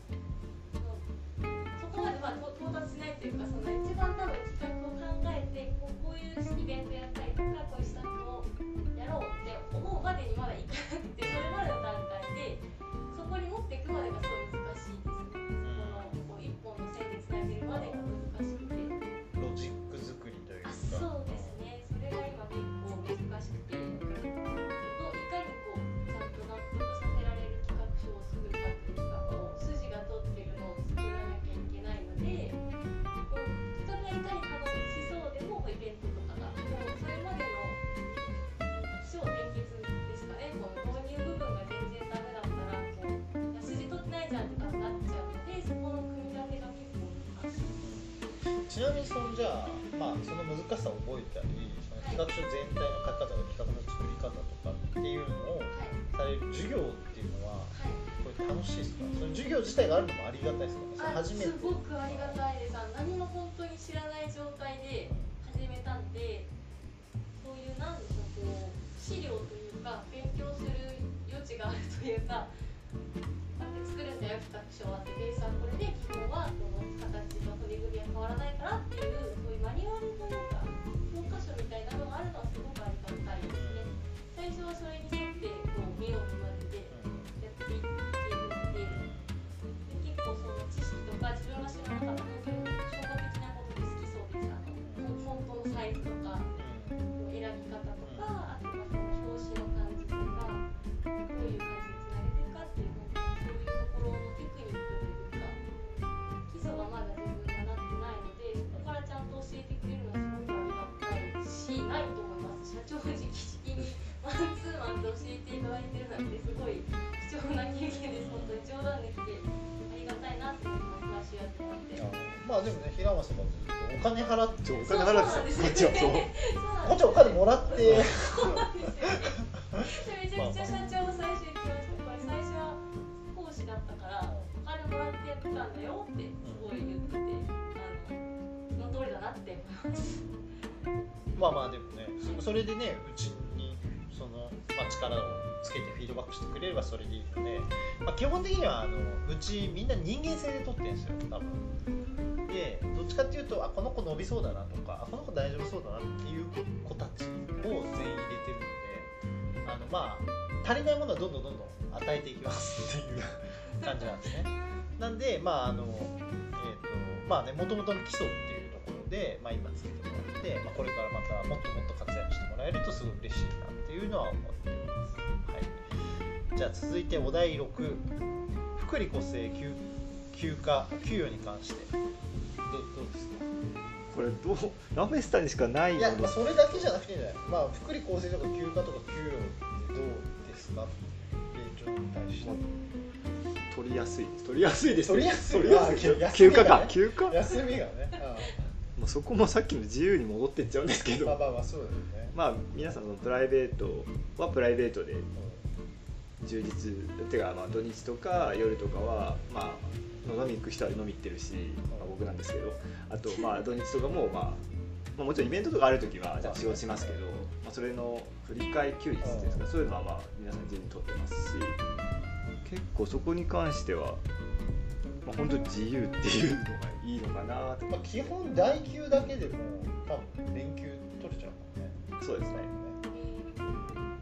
そこまでは到達しないというか、その一番多分企画を考えてこういうイベントやったりとか、こういう施策をやろうって思うまでにまだいかなくて、それまでの段階でそこに持っていくまでがすごい難しいですね。こう一本の線でつなげるまでが難しくて、 ロジック作りというか。 そうですね、それが今結構難しくて、いかにこうちゃんと納得させられる企画書を作るかというか、こう筋が通ってるのを作らなきゃいけないので、こう企画がいかに楽しそうでもイベントとかがこうそれまでの起承転結ですかね、この導入部分が全然ダメだったらこう筋取ってないじゃんってなっちゃうので、そこの組み立てが結構難しい。 ちなみにそのじゃあ、まあ、その難しさを覚えたり、その企画書全体の書き方とか企画の作り方とかっていうのをされる授業っていうのは、これ楽しいですか？その授業自体があるのもありがたいですか？初めて。 すごくありがたいです。何も本当に知らない状態で始めたんで、そういうなんでしょう、こう資料というか勉強する余地があるというか、だって作るんだよ企画書はって、ベースはこれで基本はこの形と骨組みは変わらないからっていう、そういうマニュアルというか教科書みたいなのがあるのはすごくありがたいですね。最初はそれに沿ってこう見よう見まねでやっていけるので、結構その知識とか自分が知らなかった本当に初歩的なことで好きそうです。フォントのサイズとか選び方とか、あとはその表紙の感じとか、どういう感じでつなげていくかっていう、そういうところのテクニックというか基礎がまだ自分がなってないので、そこからちゃんと教えてくれるのはすごくありがたいし、ないと思います。社長直々にマンツーマンで教えていただいてるなんてすごい貴重な経験です。本当に冗談できてありがたいなと思います。毎週やってもらって。 まあでもね、平松さんがずっとお金払って、 お金払ってこっちはそうこっちはお金もらってそうなんですよね。めちゃくちゃ社長も最初言ってました。これ最初は講師だったからお金もらってやってたんだよってすごい言ってて、その通りだなって思います。 まあまあでもね、それでね、うちにその、まあ、力をつけてフィードバックしてくれればそれでいいので、まあ、基本的にはうちみんな人間性で撮ってるんですよ、多分。で、どっちかっていうと、この子伸びそうだなとか、この子大丈夫そうだなっていう子たちを全員入れてるので、まあ足りないものはどんどん与えていきますっていう感じなんですね。なんで、まあまあね、元々の基礎っていうところで、まあ、今つけてもらって、まあ、これからまたもっともっと活躍してもらえるとすごい嬉しいなっていうのは思っています。はい、じゃあ続いてお題6、福利厚生給与に関してどうですか？ これラフェスタにしかないいや、まあ、それだけじゃなくていいんじゃない、まあ、福利厚生とか休暇とか給与ってどうですか？現状に対して。 取りやすいです。 取りやすい。 休暇か。休暇。 休みがね。 もうそこもさっきの自由に戻ってっちゃうんですけど。 まあそうだよね。 まあ皆さんのプライベートはプライベートで充実てか、まあ土日とか夜とかはまあ飲み行く人は飲み行ってるし、まあ、僕なんですけど、あとまあ土日とかもまあもちろんイベントとかあるときはじゃあ仕事しますけど、まあそれの振り替え休日っていうんですか、そういうのはまあ皆さん自由に取ってますし。結構そこに関しては、まあ、本当に自由っていうのがいいのかなと、 まあ、基本代休だけでも多分連休取れちゃうもんね。 そうですね。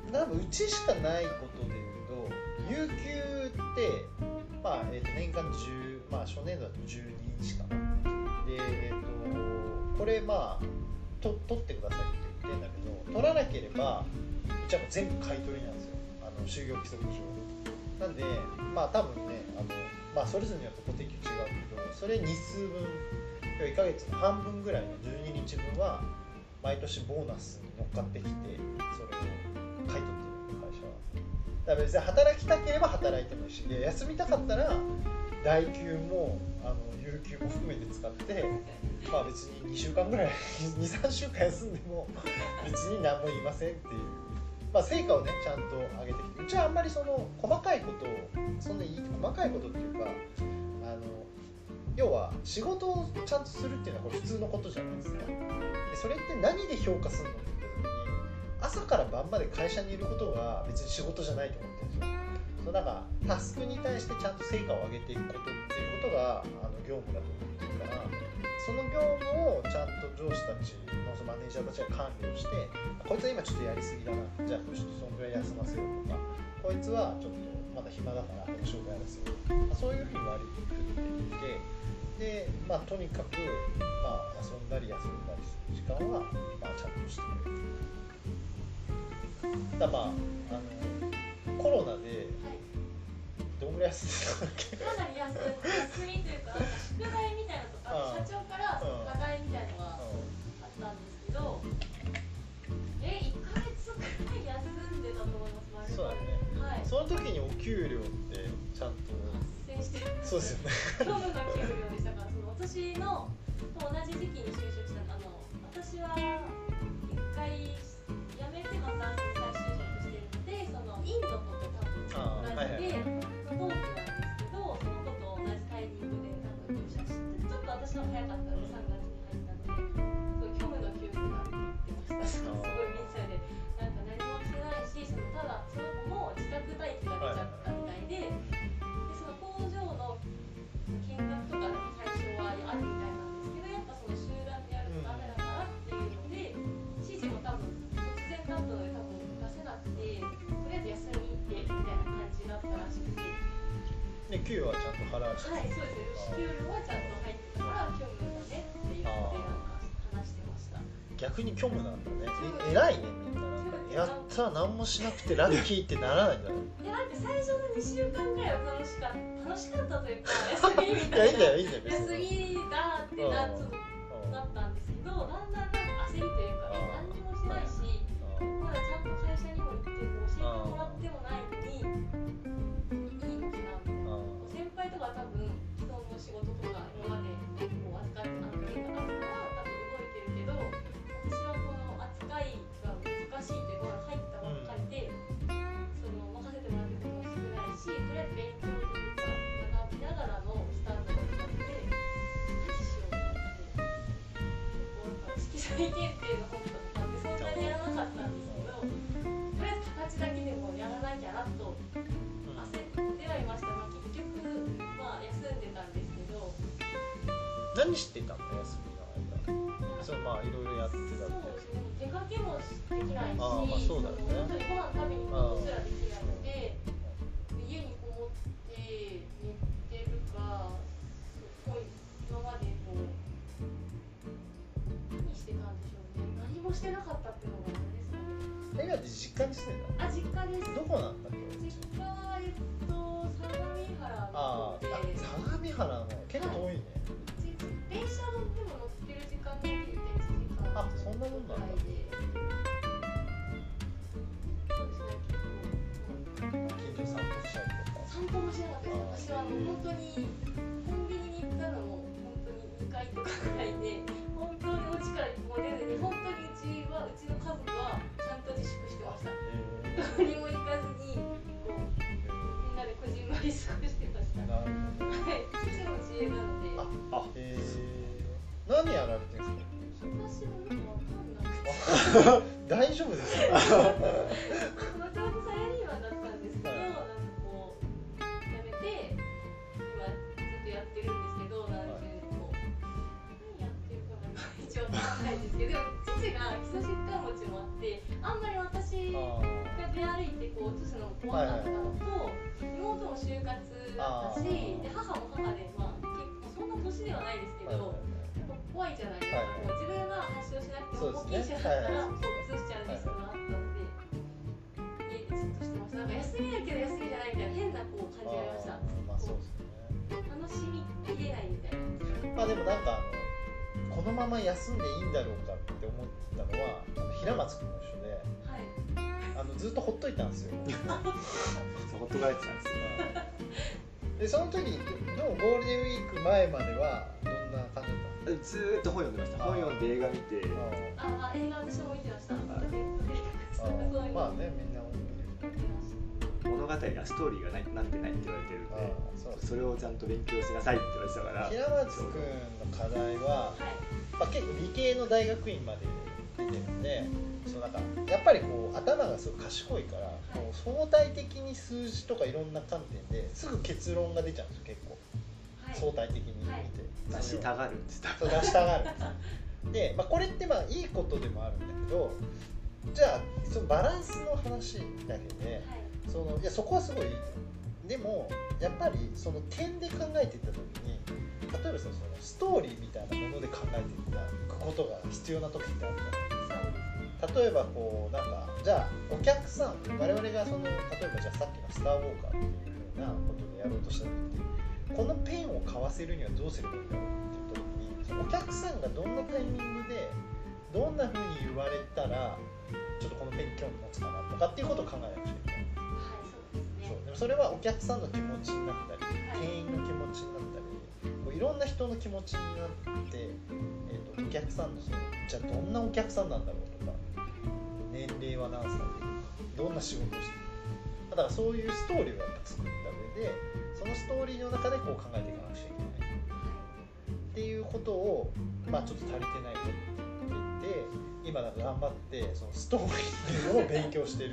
多分うちしかないことでいうと有給ってまあ年間10、まあ初年度だと12日かなで、これまあ取ってくださいって言ってんだけど、取らなければうちはもう全部買い取りなんですよ、就業規則上。なんでまあ多分ねまあそれぞれによって固定給違うけど、それ日数分1ヶ月の半分ぐらいの12日分は毎年ボーナスに乗っかってきて、それを買い取ってるんで会社は。だから別に働きたければ働いてもいいし、で休みたかったら代休も有給も含めて使って、まあ別に2週間ぐらい2,3 週間休んでも別に何も言いませんっていう、まあ、成果をねちゃんと上げてきて、うちはあんまりその細かいことをそんなに細かいことっていうか要は仕事をちゃんとするっていうのはこれ普通のことじゃないですか。でそれって何で評価するのって言った時に、朝から晩まで会社にいることが別に仕事じゃないと思ってるんですよ。そうなんかタスクに対してちゃんと成果を上げていくことっていうことが業務だと思ってるから、その業務をちゃんと上司たちのマネージャーたちが管理をして、こいつは今ちょっとやりすぎだな、じゃあちょっとそのぐらい休ませようとか、こいつはちょっとまだ暇だから仕事やらせよう、そういうふうに割り振っていって、でまあとにかく、まあ、遊んだり休んだりする時間は、まあ、ちゃんとしてくれる。だまあコロナでどんぐらい休んでたんだっけ？ かなり休みというか、宿題みたいなのとか、社長から課題みたいなのがあったんですけど、1ヶ月くらい休んでたと思います。 そうだね、はい、その時にお給料ってちゃんと発生してる。 そうですよね。 業務の給料でしたから、私のと同じ時期に就職した私は一回辞めてまた再就職してるので、そのインドと多分同じで同期なんですけど、その子と同じタイミングで多分入社して、ちょっと私の方が早かったので3月に入ったので、すごい虚無の休暇がって言ってました。すごいみんなでなんか何もしてないし、ただその子も自宅待機が出ちゃったみたいで、その工場の見学とかの対象はあるみたいなんですけど、やっぱその集団でやるとダメだからっていうので、指示も多分突然だったので多分出せなくて、とりあえず休みってみたいな感じだったらしくて。 で給与はちゃんと払うし。 はい、そうですね。給料はちゃんと入ってたから虚無だねっていうのでなんか話してました。 逆に虚無なんだね。偉いねみんな。やったら何もしなくてラッキーってならないんだね。 いやなんか最初の2週間ぐらいは楽しかったというか、休みみたいな。 いいんだよ休みだってなったんですけど、だんだんなんか焦りというか、何にもしないし、まだちゃんと会社にも行って教えてもらってもないのにいいのかな。先輩とか多分人の仕事とか今までこう預かって経験があるから多分動いてるけど、私はこの扱いが難しいというか入ったばっかりで、その任せてもらってることも少ないし、とりあえず勉強というか学びながらのスタートだったので、何しようと思って、結構色彩検定の本とかってそんなにやらなかったんですけど、とりあえず形だけでもやらなきゃなと焦ってはいましたが、結局まあ休んでたんですけど。 何してたの休みの間？そうまあいろいろやってたって。 出かけもできないし、 まあそうだよね。 本当にご飯食べに行くことすらできないので、家にこもって寝てるか、すごい今までこう何してたんでしょうね。何もしてなかったっていうのがあれですかね。 今で実家に住んでたの？ 実家です。 どこなんだっけ？ 実家は相模原の方で。 相模原の結構遠いね。 電車乗っても乗ってる時間だけで1時間。 あ、そんなもんなんだ。近所散歩したりとか。 散歩もしなかったです。私は本当にコンビニに行ったのも本当に2回とかぐらいで、本当にお家からもう出ずに、本当にうちの家族はちゃんと自粛してました。どこにも行かずにこうみんなでこじんまり過ごしてました。はい、父の知恵なので。 何やられてるんですか？ 私もよくわかんなくて。 大丈夫ですか？ もともとサラリーマンだったんですけど、なんかこう辞めて今ずっとやってるんですけど、なんていうこう何やってるかが一応わかんないんですけど、父が基礎疾患持ちもあって、あんまり私が出歩いてこう映すのも怖かったのと、妹も就活だったし、で母も母で、まあ、結構そんな年ではないですけど、やっぱ怖いじゃないですか、自分が発症しなくても保険者だったらそう移しちゃうリスクがあったので、家でずっとしてました。なんか休みだけど休みじゃないみたいな変なこう感じがありました。 まあそうですね。 楽しみきれないみたいな。 まあでもなんかこのまま休んでいいんだろうかって思ったのは平松君も一緒で、はい、ずっとほっといたんですよ。 ほっとかれてたんですよ。 でその時でもゴールデンウィーク前まではどんな感じだったんですか？ ずーっと本読んでました。本読んで映画見て。 映画私も見てました。 まあね、みんな物語がストーリーがなってないって言われてるんで、それをちゃんと勉強しなさいって言われてたから。 平松君の課題は、まあ、結構理系の大学院まで出てるんで、なんかやっぱりこう頭がすごい賢いから、こう相対的に数字とかいろんな観点ですぐ結論が出ちゃうんですよ、結構、相対的に見て、 出したがるんです。 出したがるんですで、まあ、これってまあいいことでもあるんだけど、じゃあそのバランスの話だけで、いやそこはすごいいいと。でもやっぱりその点で考えていった時に、例えばそのストーリーみたいなもので考えていくことが必要な時ってあるじゃないですか。例えばこうなんかじゃあお客さん、我々が例えばじゃあさっきのスターウォーカーっていう風なことでやろうとした時って、このペンを買わせるにはどうすればいいんだろうっていう時に、お客さんがどんなタイミングでどんな風に言われたらちょっとこのペンに興味持つかなとかっていうことを考えなくちゃいけない。でもそれはお客さんの気持ちになったり、店員の気持ちになったり、こういろんな人の気持ちになって、お客さんのじゃあどんなお客さんなんだろうとか、年齢は何歳でどんな仕事をしてるか、だからそういうストーリーをやっぱ作った上で、そのストーリーの中でこう考えていかなくちゃいけないっていうことを、まあちょっと足りてないと言って、今なんか頑張ってそのストーリーっていうのを勉強してる。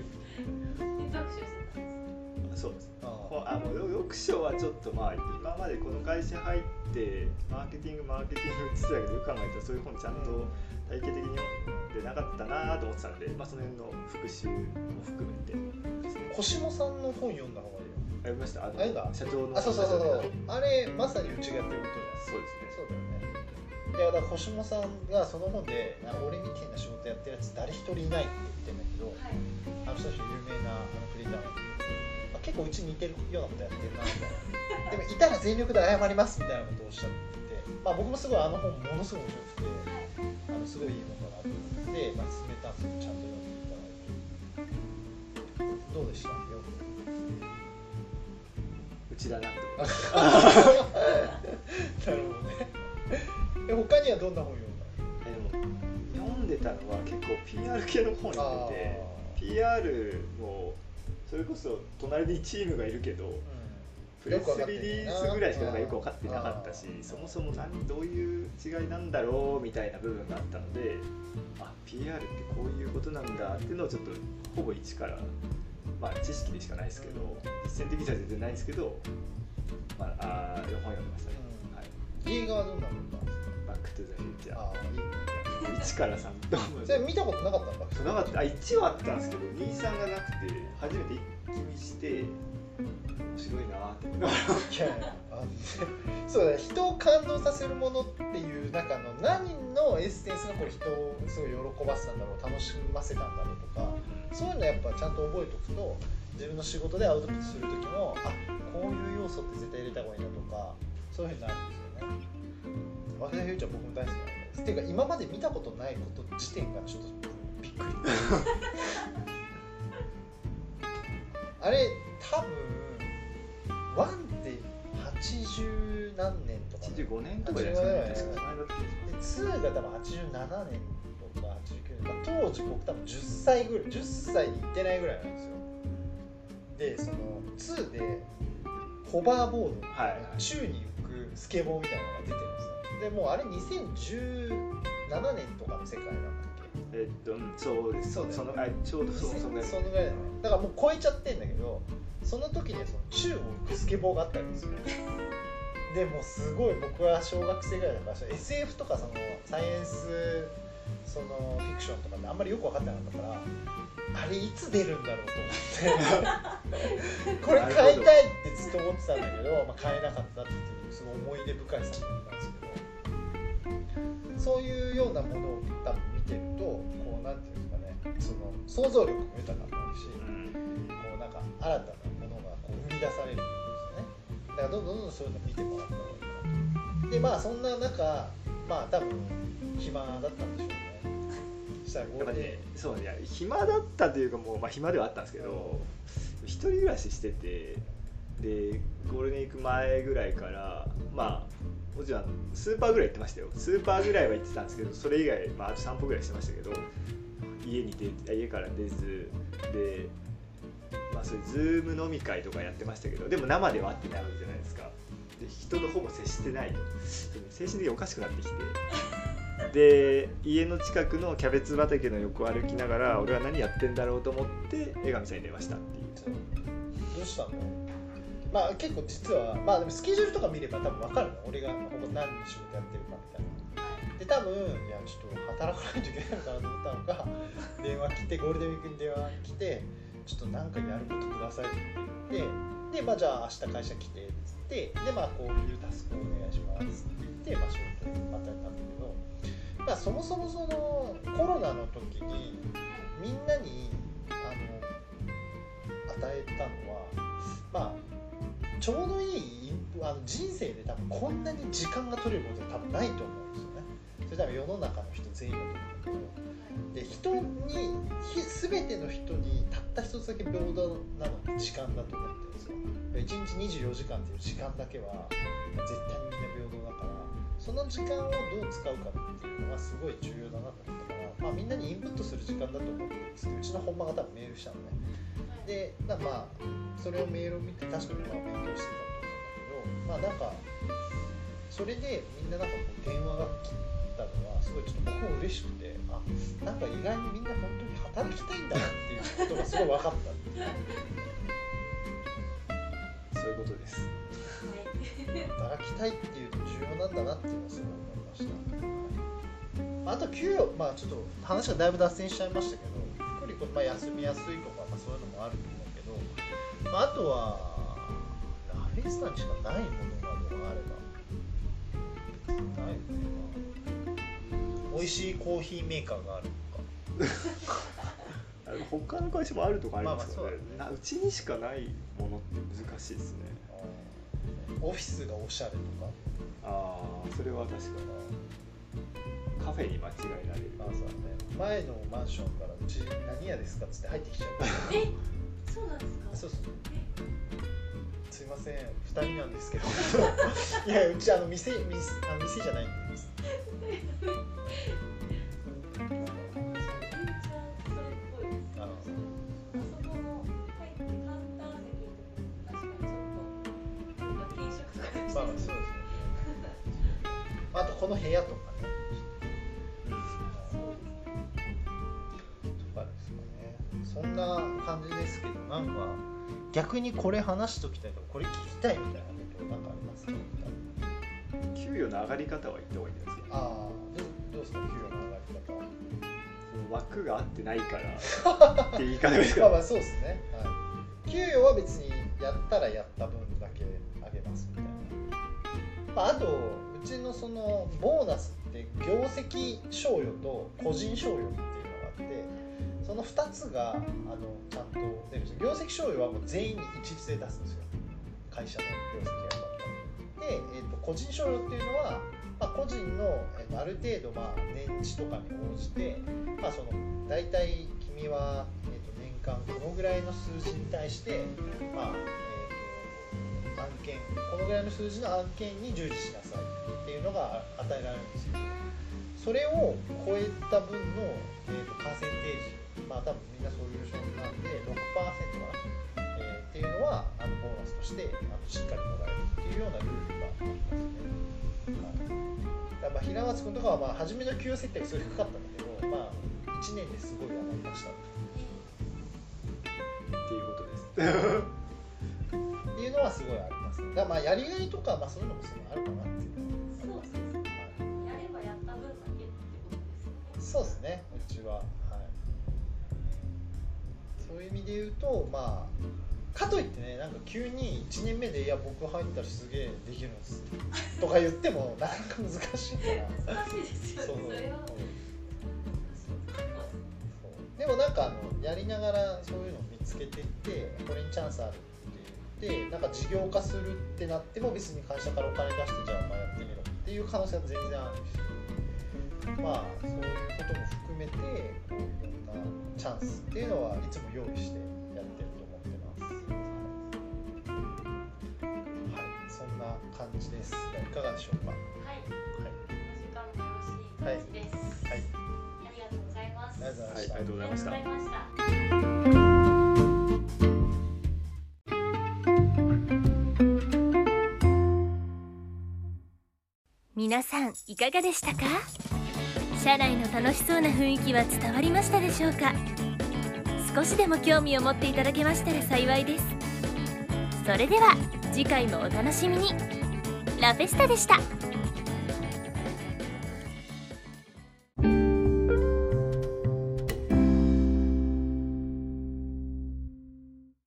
そうです。もう読書はちょっとまあ今までこの会社入ってマーケティングって言ってたけど、よく考えたらそういう本ちゃんと体系的に読んでなかったなと思ってたんで、まあその辺の復習も含めてですね。 星野さんの本読んだ方がいいよ。 読みました。社長の。 そうあれまさにうちがやってることじゃん。 そうですね。 そうだよね。いやだから星野さんがその本で俺みたいな仕事やってるやつ誰一人いないって言ってんだけど、あの人たち有名なクリエイターなんだけど、結構うちに似てるようなことやってるなみたいな。でもいたら全力で謝りますみたいなことをおっしゃってて、まあ僕もすごいあの本ものすごい面白くて、すごいいい本だなと思って、まあ勧めたんですけど、ちゃんと読んでいただいて。どうでした？読んで。 うちだなって思って。なるほどね。他にはどんな本読んだ？ でも読んでたのは結構 PR 系の本読んでて、PR もそれこそ隣にチームがいるけど、プレスリリースぐらいしかよく分かってなかったし、そもそもどういう違いなんだろうみたいな部分があったので、PR ってこういうことなんだっていうのをちょっとほぼ一から、まあ知識でしかないですけど、実践的じゃ全然ないですけど、本読んでましたね。 映画はどんなのだったんですか？ バックトゥザフューチャー。1から3と。 それ見たことなかったんだ。 なかった。1はあったんですけど、2、3がなくて初めて一気見して面白いなって。 いやそうだね、人を感動させるものっていう中の何のエッセンスがこれ人をすごい喜ばせたんだろう、楽しませたんだろうとか、そういうのやっぱちゃんと覚えておくと、自分の仕事でアウトプットする時もこういう要素って絶対入れた方がいいなとか、そういうふうになるんですよね。バックトゥザフューチャー僕も大好きなんです。っていうか今まで見たことないこと時点がちょっとびっくり。あれ多分1って80何年とか、 85年とかじゃないですか。 2が多分87年とか89年、当時僕多分10歳ぐらい、10歳に行ってないぐらいなんですよ。でその2でホバーボード、宙に浮くスケボーみたいなのが出てるんですよ。でもうあれ2017年とかの世界なんだっけ？ そうです。ちょうどそのぐらいだからもう超えちゃってんだけど、その時にその宙を浮くスケボーがあったんですよ。でもすごい僕は小学生ぐらいだから SF とかそのサイエンスそのフィクションとかってあんまりよく分かってなかったから、あれいつ出るんだろうと思ってこれ買いたいってずっと思ってたんだけど、まあ、買えなかったっていうすごい思い出深い作品なんですけど、そういうようなものを多分見てるとこうなんていうんですかね、その想像力も豊かになるし、こうなんか新たなものがこう生み出されるんですよね。だからどんどんそういうの見てもらった方がいいかなと。でまあそんな中まあ多分暇だったんでしょうね。したらゴールデン、 そうね、暇だったというかもう、まあ、暇ではあったんですけど、一人暮らししてて、でゴールデンウィーク前ぐらいからまあもちろんスーパーぐらい行ってましたよ。スーパーぐらいは行ってたんですけど、それ以外、まあ、あと散歩ぐらいしてましたけど、家から出ずで、まあ、そういうズーム飲み会とかやってましたけど、でも生では会ってないわけじゃないですか。で人とほぼ接してないと、精神的におかしくなってきて、で家の近くのキャベツ畑の横を歩きながら俺は何やってんだろうと思って江上さんに電話したっていう。 どうしたの？まあ結構実はまあでもスケジュールとか見れば多分分かるの、俺がここ何日仕事やってるかみたいな。で多分いやちょっと働かないといけないのかなと思ったのが電話来て、ゴールデンウィークに電話来て、ちょっと何かやることくださいって言って、でまあじゃあ明日会社来てっつって、でまあこういうタスクをお願いしますって言って、まあ仕事にまたやったんだけど、まあそもそもそのコロナの時にみんなに与えたのは、まあちょうどいい人生で多分こんなに時間が取れることは多分ないと思うんですよね。それ多分世の中の人全員だと思うんだけど、で人に全ての人にたった一つだけ平等なのって時間だと思ってるんですよ。1日24時間っていう時間だけは絶対にみんな平等だから、その時間をどう使うかっていうのがすごい重要だなと思ったから、まあ、みんなにインプットする時間だと思ってるんですけど、うちの本間が多分メールしたのね。でまあそれをメールを見て確かにまあ勉強してたと思うんだけど、まあなんかそれでみんななんかこう電話が来たのはすごいちょっと僕も嬉しくて、あなんか意外にみんな本当に働きたいんだなっていうことがすごい分かったっていうそういうことです。 働きたいっていうの重要なんだなっていうのをすごい思いました。あと給与、まあちょっと話がだいぶ脱線しちゃいましたけど、ゆっくりまあ休みやすいとか、まあ、そういうのもあると思うけど、まあ、あとはラフェスタにしかないものなどがあればないよね。美味しいコーヒーメーカーがあるとか他の会社もあるとかありますよね。 まあまあそうだね。 うちにしかないものって難しいですね。 オフィスがおしゃれとか、 ああ、それは確かにカフェに間違えられる。 あ、そうだね。前のマンションからうち何屋ですかっつって入ってきちゃう。 そうなんですか？ そうそう。すいません、2人なんですけど。いや、うち店じゃないんです。まあそうですね。あとこの部屋とかね。とかですかね。そんな感じですけど、なんか逆にこれ話しときたいとか、これ聞きたいみたいなことなんかありますか？ 給与の上がり方は言った方がいいんじゃないですか。 ああ、どうですか、給与の上がり方は。 その枠が合ってないからって言い方ですか。 まあまあそうですね。はい。給与は別にやったらやった分だけ上げますみたいな。まあ、あとうちのそのボーナスって業績賞与と個人賞与っていうのがあって、その2つがちゃんと出るんですよ。業績賞与はもう全員に一律で出すんですよ、会社の業績が良かったら。で、個人賞与っていうのは、まあ、個人の、ある程度まあ年次とかに応じて、まあ、その大体君は、年間このぐらいの数字に対して、まあ案件、このぐらいの数字の案件に従事しなさいっていうのが与えられるんですよ。それを超えた分の、パーセンテージ、まあ多分みんなそういう商品なんで 6% かな、っていうのはボーナスとしてしっかりもらえるっていうようなルールがありますね。はい、だから平松君とかはまあ初めの給与設定がすごい低かったんだけど、まあ1年ですごい上がりましたっていうことです。 っていうのはすごいありますね。だからまあやりがいとか、まあ、そういうのもすごいあるかなっていうのはありますね。 やればやった分だけってことですよね。 そそうですね、うちは、はい、そういう意味で言うと、まあかといってね、なんか急に1年目でいや僕入ったらすげえできるんですとか言ってもなかなか難しいから難しいですよね。それはでもなんかやりながらそういうのを見つけていって、これにチャンスあるって言って、なんか事業化するってなっても別に会社からお金出してじゃあお前やってみろっていう可能性は全然あるし、まあそういうことも含めてこういろんなチャンスっていうのはいつも用意してやってると思ってます。はい、そんな感じです。いかがでしょうか。 はい。お時間もよろしい感じです。はい。ありがとうございます。 ありがとうございました。 ありがとうございました。 ありがとうございました。 皆さんいかがでしたか？社内の楽しそうな雰囲気は伝わりましたでしょうか？少しでも興味を持っていただけましたら幸いです。それでは次回もお楽しみに。ラフェスタでした。